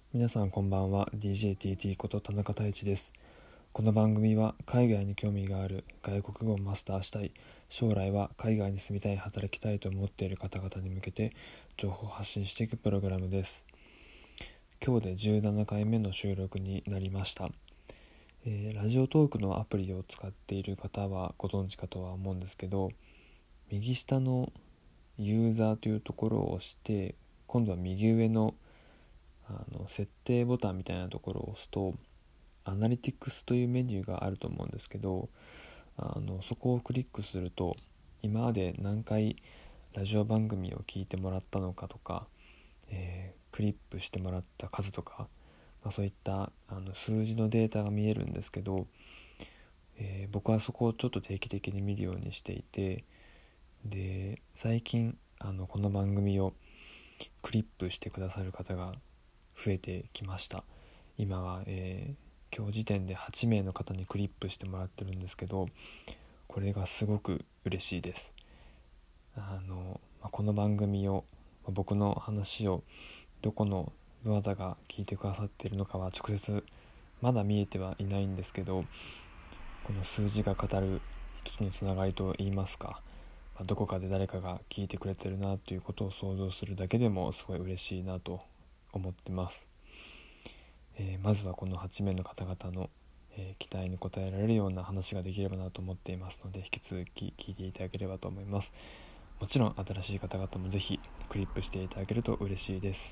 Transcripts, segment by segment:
皆さんこんばんは。 DJTT こと田中太一です。この番組は海外に興味がある、外国語をマスターしたい、将来は海外に住みたい、働きたいと思っている方々に向けて情報を発信していくプログラムです。今日で17回目の収録になりました。ラジオトークのアプリを使っている方はご存知かとは思うんですけど、右下のユーザーというところを押して、今度は右上の設定ボタンみたいなところを押すとアナリティクスというメニューがあると思うんですけど、そこをクリックすると今まで何回ラジオ番組を聞いてもらったのかとか、クリップしてもらった数とか、そういった数字のデータが見えるんですけど、僕はそこをちょっと定期的に見るようにしていて、で最近この番組をクリップしてくださる方が増えてきました。今は、今日時点で8名の方にクリップしてもらってるんですけど、これがすごく嬉しいです。この番組を、僕の話をどこのどなたが聞いてくださっているのかは直接まだ見えてはいないんですけど、この数字が語る一つのつながりといいますか、どこかで誰かが聞いてくれてるなということを想像するだけでもすごい嬉しいなと思ってます。まずはこの8名の方々の、期待に応えられるような話ができればなと思っていますので、引き続き聞いていただければと思います。もちろん新しい方々もぜひクリップしていただけると嬉しいです。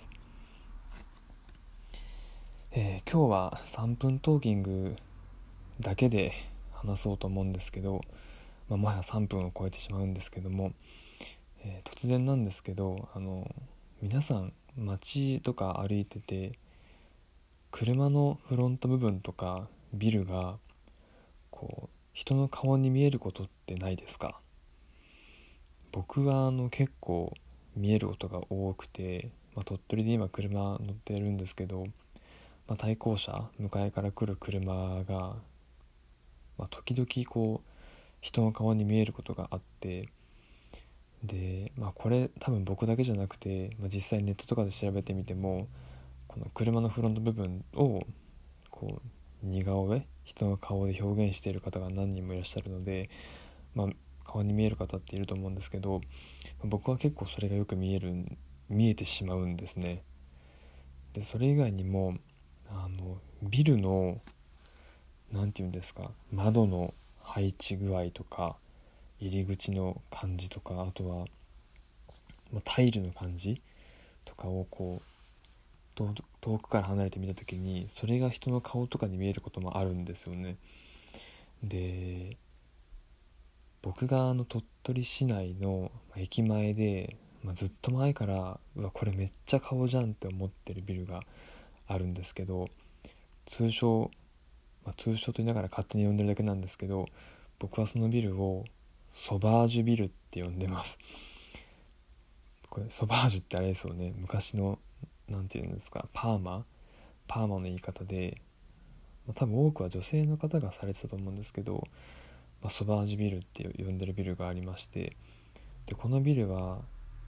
今日は3分トーキングだけで話そうと思うんですけど、もはや3分を超えてしまうんですけども、突然なんですけど、皆さん街とか歩いてて車のフロント部分とかビルが人の顔に見えることってないですか？僕は結構見えることが多くて、鳥取で今車乗ってるんですけど、対向車向かいから来る車が、時々人の顔に見えることがあって、で、これ多分僕だけじゃなくて、実際ネットとかで調べてみてもこの車のフロント部分を似顔絵、人の顔で表現している方が何人もいらっしゃるので、顔に見える方っていると思うんですけど、僕は結構それがよく見えてしまうんですね。でそれ以外にもビルのなんていうんですか、窓の配置具合とか入り口の感じとか、あとは、タイルの感じとかを遠くから離れて見た時にそれが人の顔とかに見えることもあるんですよね。で僕が鳥取市内の駅前で、ずっと前からこれめっちゃ顔じゃんって思ってるビルがあるんですけど、通称と言いながら勝手に呼んでるだけなんですけど、僕はそのビルをソバージュビルって呼んでます。これソバージュってあれですよね、昔のなんていうんですか、パーマの言い方で、多分多くは女性の方がされてたと思うんですけど、ソバージュビルって呼んでるビルがありまして、でこのビルは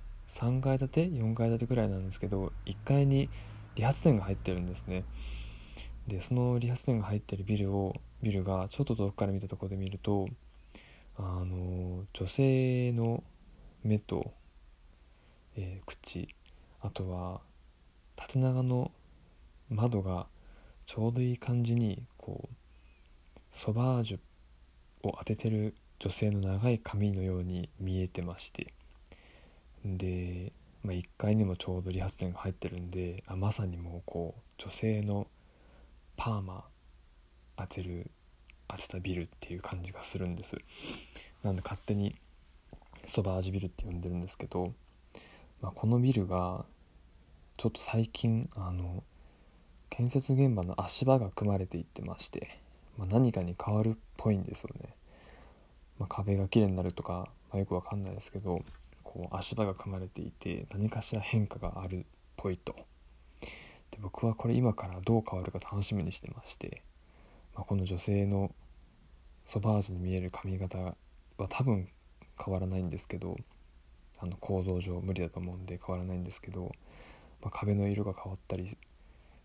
3階建て4階建てくらいなんですけど、1階に理髪店が入ってるんですね。でその理髪店が入ってるビルがちょっと遠くから見たところで見ると、女性の目と、口、あとは縦長の窓がちょうどいい感じにソバージュを当ててる女性の長い髪のように見えてまして、で、1階にもちょうど理髪店が入ってるんで、まさにもう女性のパーマ当てたビルっていう感じがするんです。なんで勝手にソバージュビルって呼んでるんですけど、このビルがちょっと最近建設現場の足場が組まれていってまして、何かに変わるっぽいんですよね。壁がきれいになるとか、よくわかんないですけど、足場が組まれていて何かしら変化があるっぽいと。で僕はこれ今からどう変わるか楽しみにしてまして、この女性のソバージュに見える髪型は多分変わらないんですけど、構造上無理だと思うんで変わらないんですけど、壁の色が変わったり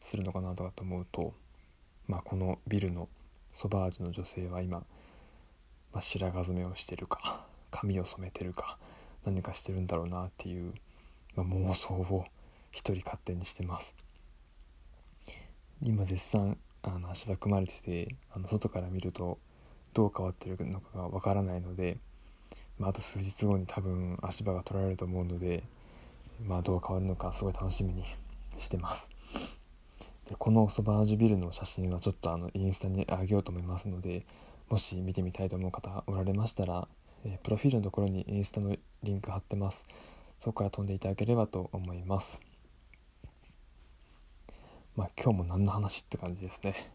するのかなとかと思うと、このビルのソバージュの女性は今、白髪染めをしてるか髪を染めてるか何かしてるんだろうなっていう、妄想を一人勝手にしてます。今絶賛足場組まれてて、外から見るとどう変わってるのかがわからないので、あと数日後に多分足場が取られると思うので、どう変わるのかすごい楽しみにしてます。でこのソバージュビルの写真はちょっとインスタに上げようと思いますので、もし見てみたいと思う方おられましたら、プロフィールのところにインスタのリンク貼ってます。そこから飛んでいただければと思います。今日も何の話って感じですね。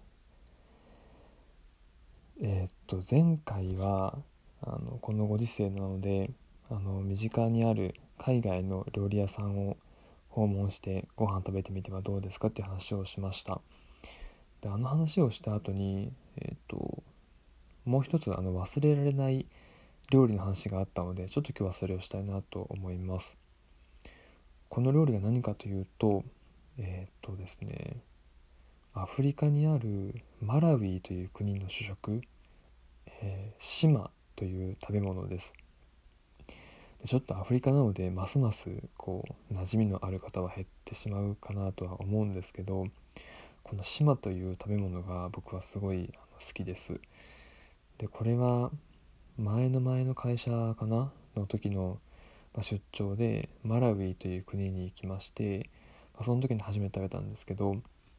前回はこのご時世なので身近にある海外の料理屋さんを訪問してご飯食べてみてはどうですかっていう話をしました。で話をした後に、もう一つ忘れられない料理の話があったので、ちょっと今日はそれをしたいなと思います。この料理が何かというと、ですね、アフリカにあるマラウィという国の主食、シマという食べ物です。でちょっとアフリカなのでますます馴染みのある方は減ってしまうかなとは思うんですけど、このシマという食べ物が僕はすごい好きです。でこれは前の会社かなの時の出張でマラウイという国に行きまして、その時に初めて食べたんですけど、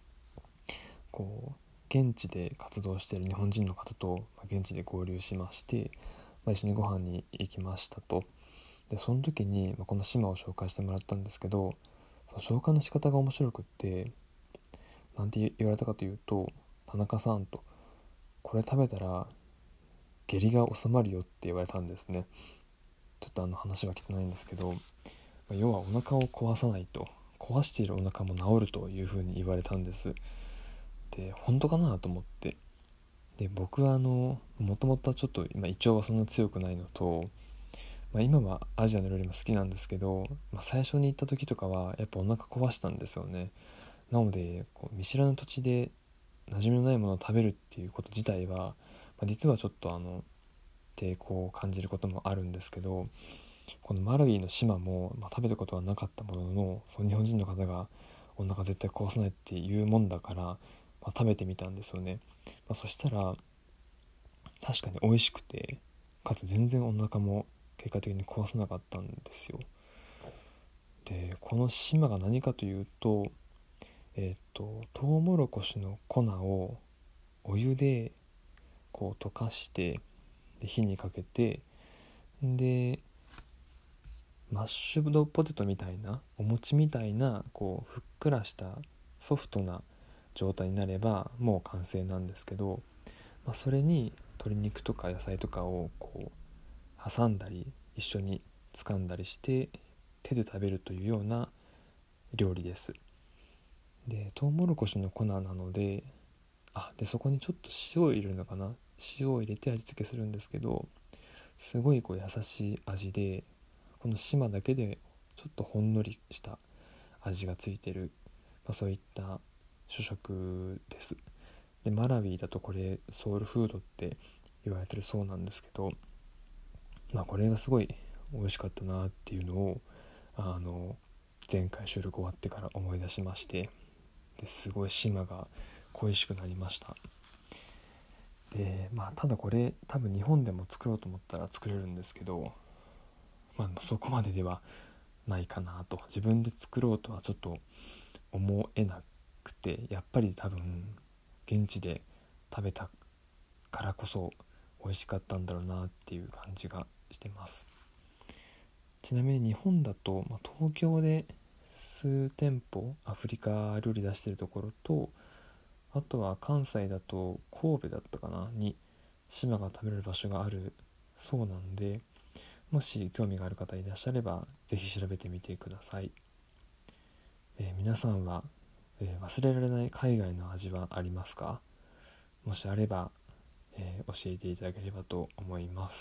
現地で活動している日本人の方と現地で合流しまして、一緒にご飯に行きましたと。でその時にこの島を紹介してもらったんですけど、その紹介の仕方が面白くって、なんて言われたかというと、田中さんと、これ食べたら下痢が収まるよって言われたんですね。ちょっと話は汚いんですけど、要はお腹を壊さないと、壊しているお腹も治るというふうに言われたんです。で本当かなと思って、で僕はもともとちょっと今胃腸はそんな強くないのと、今はアジアの料理も好きなんですけど、最初に行った時とかはやっぱお腹壊したんですよね。なので見知らぬ土地で馴染みのないものを食べるっていうこと自体は、実はちょっと抵抗を感じることもあるんですけど、このマラウイの島も、食べたことはなかったものの、その日本人の方がお腹絶対壊さないっていうもんだから、食べてみたんですよね。そしたら確かに美味しくて、かつ全然お腹も結果的に壊さなかったんですよ。でこの島が何かというと、トウモロコシの粉をお湯で溶かして、で火にかけて、でマッシュドポテトみたいな、お餅みたいなふっくらしたソフトな状態になればもう完成なんですけど、それに鶏肉とか野菜とかを挟んだり一緒に掴んだりして手で食べるというような料理です。でトウモロコシの粉なので、でそこにちょっと塩を入れるのかな、塩を入れて味付けするんですけど、すごい優しい味で、この島だけでちょっとほんのりした味がついてる、そういった主食です。でマラウィだとこれソウルフードって言われてるそうなんですけど、これがすごい美味しかったなっていうのを前回収録終わってから思い出しまして、ですごい島が恋しくなりました。でただこれ多分日本でも作ろうと思ったら作れるんですけど、そこまでではないかなと、自分で作ろうとはちょっと思えなくて、やっぱり多分現地で食べたからこそ美味しかったんだろうなっていう感じがしてます。ちなみに日本だと、東京で数店舗アフリカ料理出してるところと、あとは関西だと神戸だったかなに島が食べれる場所があるそうなんで、もし興味がある方いらっしゃればぜひ調べてみてください。皆さんは、忘れられない海外の味はありますか？もしあれば、教えていただければと思います。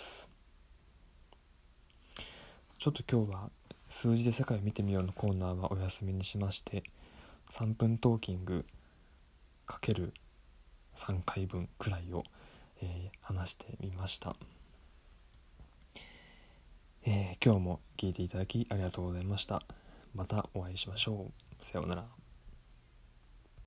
ちょっと今日は数字で世界を見てみようのコーナーはお休みにしまして、3分トーキングかける3回分くらいを、話してみました。今日も聞いていただきありがとうございました。またお会いしましょう。さようなら。